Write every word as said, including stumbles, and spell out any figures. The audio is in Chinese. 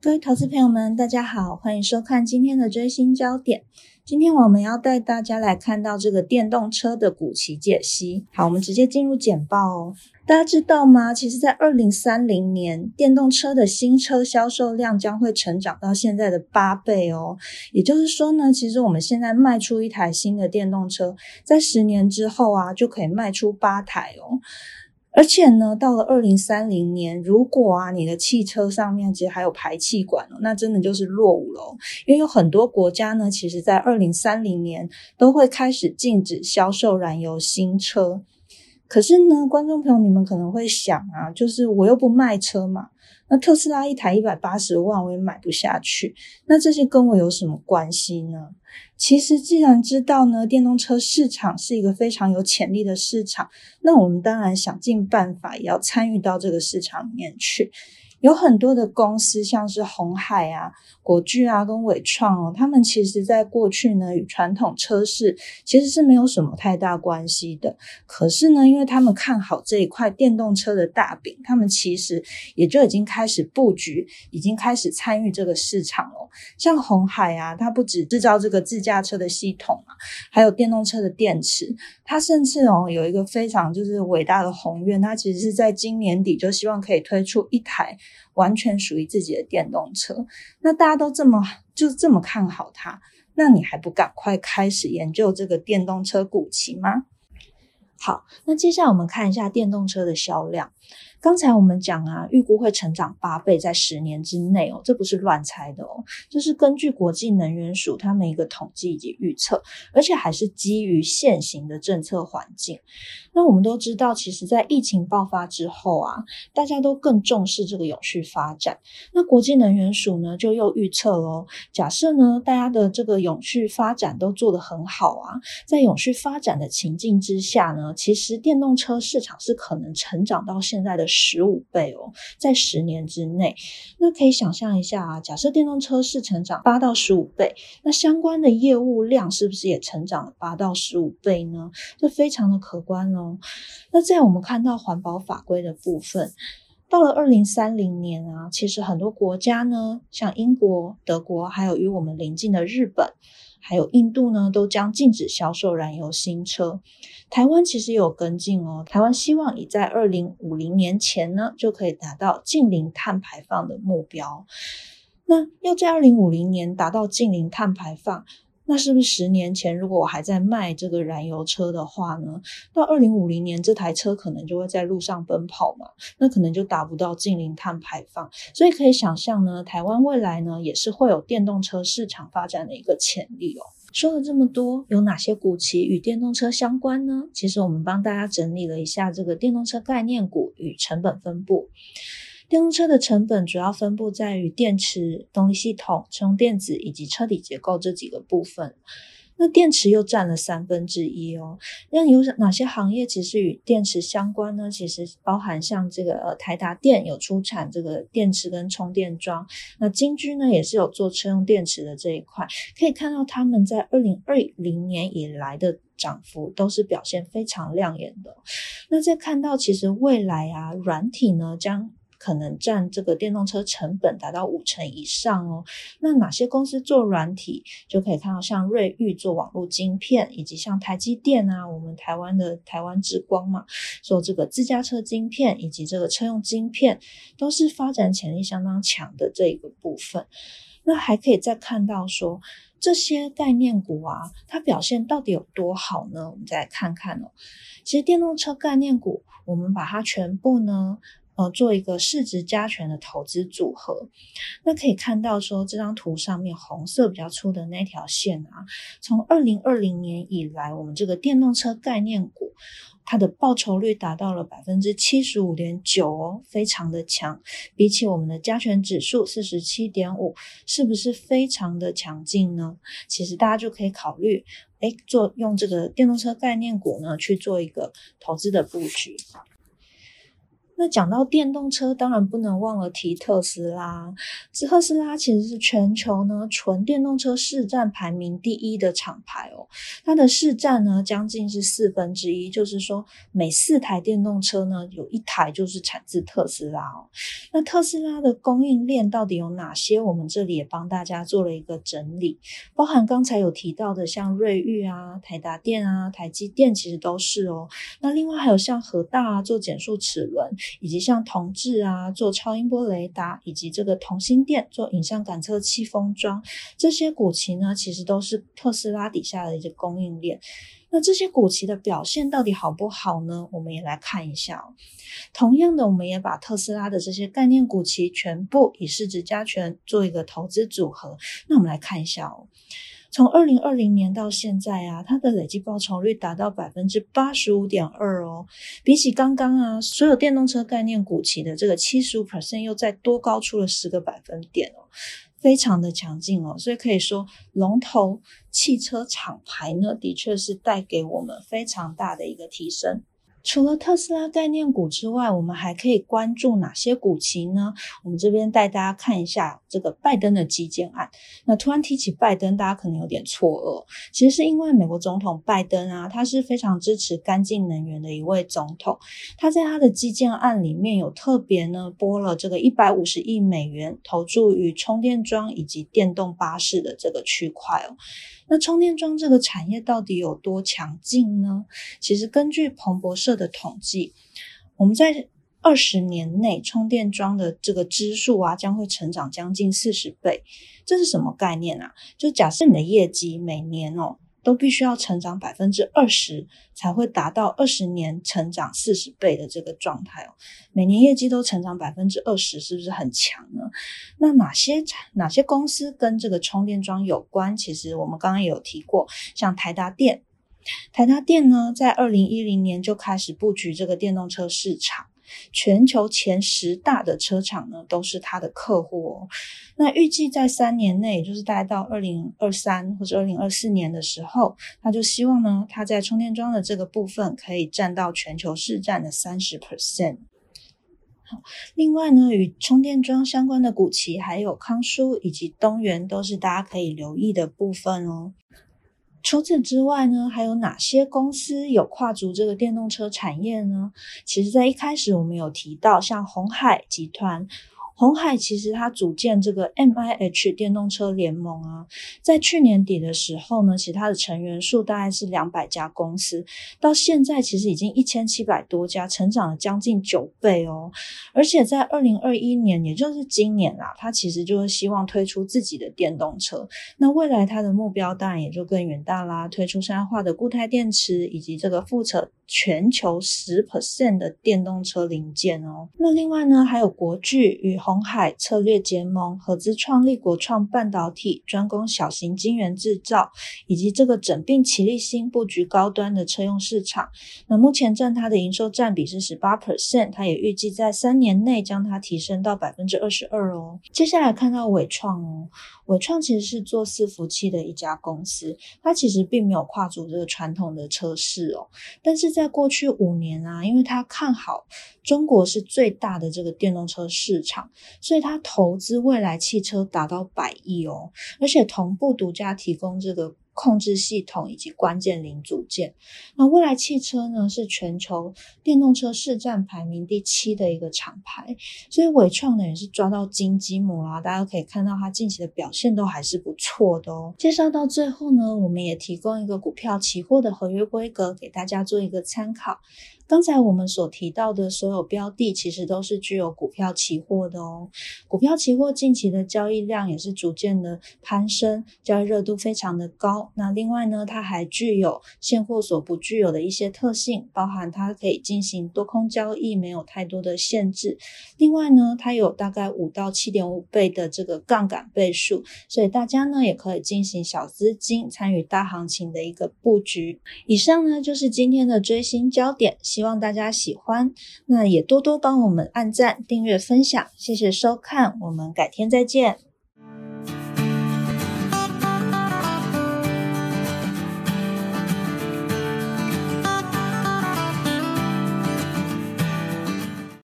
各位投资朋友们，大家好，欢迎收看今天的追星焦点。今天我们要带大家来看到这个电动车的股期解析。好，我们直接进入简报哦。大家知道吗？其实在二零三零年，电动车的新车销售量将会成长到现在的八倍哦。也就是说呢，其实我们现在卖出一台新的电动车，在十年之后啊，就可以卖出八台哦。而且呢，到了二零三零年，如果啊你的汽车上面其实还有排气管哦，那真的就是落伍了哦。因为有很多国家呢，其实在二零三零年都会开始禁止销售燃油新车。可是呢，观众朋友你们可能会想啊，就是我又不卖车嘛，那特斯拉一台一百八十万我也买不下去，那这些跟我有什么关系呢？其实既然知道呢，电动车市场是一个非常有潜力的市场，那我们当然想尽办法也要参与到这个市场里面去。有很多的公司，像是鸿海啊、国巨啊跟伟创哦，他们其实在过去呢与传统车市其实是没有什么太大关系的。可是呢，因为他们看好这一块电动车的大饼，他们其实也就已经开始布局，已经开始参与这个市场了。像鸿海啊，它不只制造这个自驾车的系统啊，还有电动车的电池。它甚至哦有一个非常就是伟大的宏愿，它其实是在今年底就希望可以推出一台完全属于自己的电动车。那大家都这么就这么看好它，那你还不赶快开始研究这个电动车股期吗？好，那接下来我们看一下电动车的销量。刚才我们讲啊，预估会成长八倍在十年之内哦，这不是乱猜的哦，这是根据国际能源署他们一个统计以及预测，而且还是基于现行的政策环境。那我们都知道，其实在疫情爆发之后啊，大家都更重视这个永续发展。那国际能源署呢，就又预测咯，假设呢，大家的这个永续发展都做得很好啊，在永续发展的情境之下呢，其实电动车市场是可能成长到现在的十五倍哦，在十年之内。那可以想象一下啊，假设电动车是成长八到十五倍，那相关的业务量是不是也成长了八到十五倍呢？这非常的可观哦。那在我们看到环保法规的部分，到了二零三零年啊，其实很多国家呢，像英国、德国，还有与我们邻近的日本，还有印度呢，都将禁止销售燃油新车。台湾其实也有跟进哦，台湾希望已在二零五零年前呢，就可以达到净零碳排放的目标。那要在二零五零年达到净零碳排放，那是不是十年前如果我还在卖这个燃油车的话呢，到二零五零年这台车可能就会在路上奔跑嘛，那可能就达不到净零碳排放。所以可以想象呢，台湾未来呢也是会有电动车市场发展的一个潜力哦。说了这么多，有哪些股期与电动车相关呢？其实我们帮大家整理了一下这个电动车概念股与成本分布。电动车的成本主要分布在于电池、动力系统、车用电子以及车体结构这几个部分。那电池又占了三分之一哦。那有哪些行业其实与电池相关呢？其实包含像这个呃台达电有出产这个电池跟充电桩，那金居呢也是有做车用电池的这一块。可以看到他们在二零二零年以来的涨幅都是表现非常亮眼的。那再看到其实未来啊，软体呢将可能占这个电动车成本达到五成以上哦。那哪些公司做软体，就可以看到像瑞昱做网络晶片，以及像台积电啊，我们台湾的台湾之光嘛，做这个自驾车晶片以及这个车用晶片，都是发展潜力相当强的这一个部分。那还可以再看到说，这些概念股啊，它表现到底有多好呢？我们再来看看哦。其实电动车概念股，我们把它全部呢呃，做一个市值加权的投资组合。那可以看到说，这张图上面红色比较粗的那条线啊，从二零二零年以来，我们这个电动车概念股它的报酬率达到了 百分之七十五点九 哦，非常的强。比起我们的加权指数 四十七点五， 是不是非常的强劲呢？其实大家就可以考虑诶做用这个电动车概念股呢去做一个投资的布局。 那讲到电动车，当然不能忘了提特斯拉。特斯拉其实是全球呢纯电动车市占排名第一的厂牌哦，它的市占呢将近是四分之一，就是说每四台电动车呢有一台就是产自特斯拉哦。那特斯拉的供应链到底有哪些？我们这里也帮大家做了一个整理，包含刚才有提到的像瑞昱啊、台达电啊、台积电其实都是哦。那另外还有像和大啊做减速齿轮，以及像同致啊做超音波雷达，以及这个同心电做影像感测器封装，这些股期呢其实都是特斯拉底下的一些供应链。那这些股期的表现到底好不好呢？我们也来看一下哦。同样的，我们也把特斯拉的这些概念股期全部以市值加权做一个投资组合。那我们来看一下哦。从二零二零年到现在啊，它的累计报酬率达到 百分之八十五点二 哦，比起刚刚啊所有电动车概念股期的这个 百分之七十五 又再多高出了十个百分点哦，非常的强劲哦。所以可以说龙头汽车厂牌呢的确是带给我们非常大的一个提升。除了特斯拉概念股之外，我们还可以关注哪些股期呢？我们这边带大家看一下这个拜登的基建案。那突然提起拜登，大家可能有点错愕，其实是因为美国总统拜登啊，他是非常支持干净能源的一位总统，他在他的基建案里面有特别呢拨了这个一百五十亿美元投注于充电桩以及电动巴士的这个区块哦。那充电桩这个产业到底有多强劲呢？其实根据彭博社的统计，我们在二十年内充电桩的这个支数啊将会成长将近四十倍。这是什么概念啊？就假设你的业绩每年哦都必须要成长 百分之二十 才会达到二十年成长四十倍的这个状态哦。每年业绩都成长 百分之二十 是不是很强呢？那哪些哪些公司跟这个充电桩有关？其实我们刚刚也有提过，像台达电。台达电呢在二零一零年就开始布局这个电动车市场，全球前十大的车厂呢都是他的客户哦。那预计在三年内，也就是大概到二零二三或者二零二四年的时候，他就希望呢他在充电桩的这个部分可以占到全球市占的 百分之三十。好，另外呢，与充电桩相关的股期还有康舒以及东元都是大家可以留意的部分哦。除此之外呢，还有哪些公司有跨足这个电动车产业呢？其实在一开始我们有提到像鸿海集团，鸿海其实它组建这个 M I H 电动车联盟啊，在去年底的时候呢，其实它的成员数大概是两百家公司，到现在其实已经一千七百多家，成长了将近九倍哦。而且在二零二一年，也就是今年啦，它其实就是希望推出自己的电动车。那未来它的目标当然也就更远大啦，推出商业化的固态电池以及这个覆盖全球 百分之十 的电动车零件哦。那另外呢，还有国巨与鸿海策略结盟，合资创立国创半导体，专攻小型晶圆制造，以及这个整并奇力新布局高端的车用市场。那目前占它的营收占比是 百分之十八， 它也预计在三年内将它提升到 百分之二十二 哦。接下来看到伟创哦，伟创其实是做伺服器的一家公司，它其实并没有跨足这个传统的车市哦，但是在过去五年啊，因为它看好中国是最大的这个电动车市场，所以它投资未来汽车达到百亿哦，而且同步独家提供这个控制系统以及关键零组件。那未来汽车呢是全球电动车市占排名第七的一个厂牌，所以伟创呢也是抓到金鸡母啦，大家可以看到它近期的表现都还是不错的哦。介绍到最后呢，我们也提供一个股票期货的合约规格给大家做一个参考。刚才我们所提到的所有标的其实都是具有股票期货的哦。股票期货近期的交易量也是逐渐的攀升，交易热度非常的高。那另外呢，它还具有现货所不具有的一些特性，包含它可以进行多空交易，没有太多的限制。另外呢，它有大概五到七点五倍的这个杠杆倍数，所以大家呢也可以进行小资金参与大行情的一个布局。以上呢就是今天的追星焦点，希望大家喜欢，那也多多帮我们按赞、订阅、分享，谢谢收看，我们改天再见。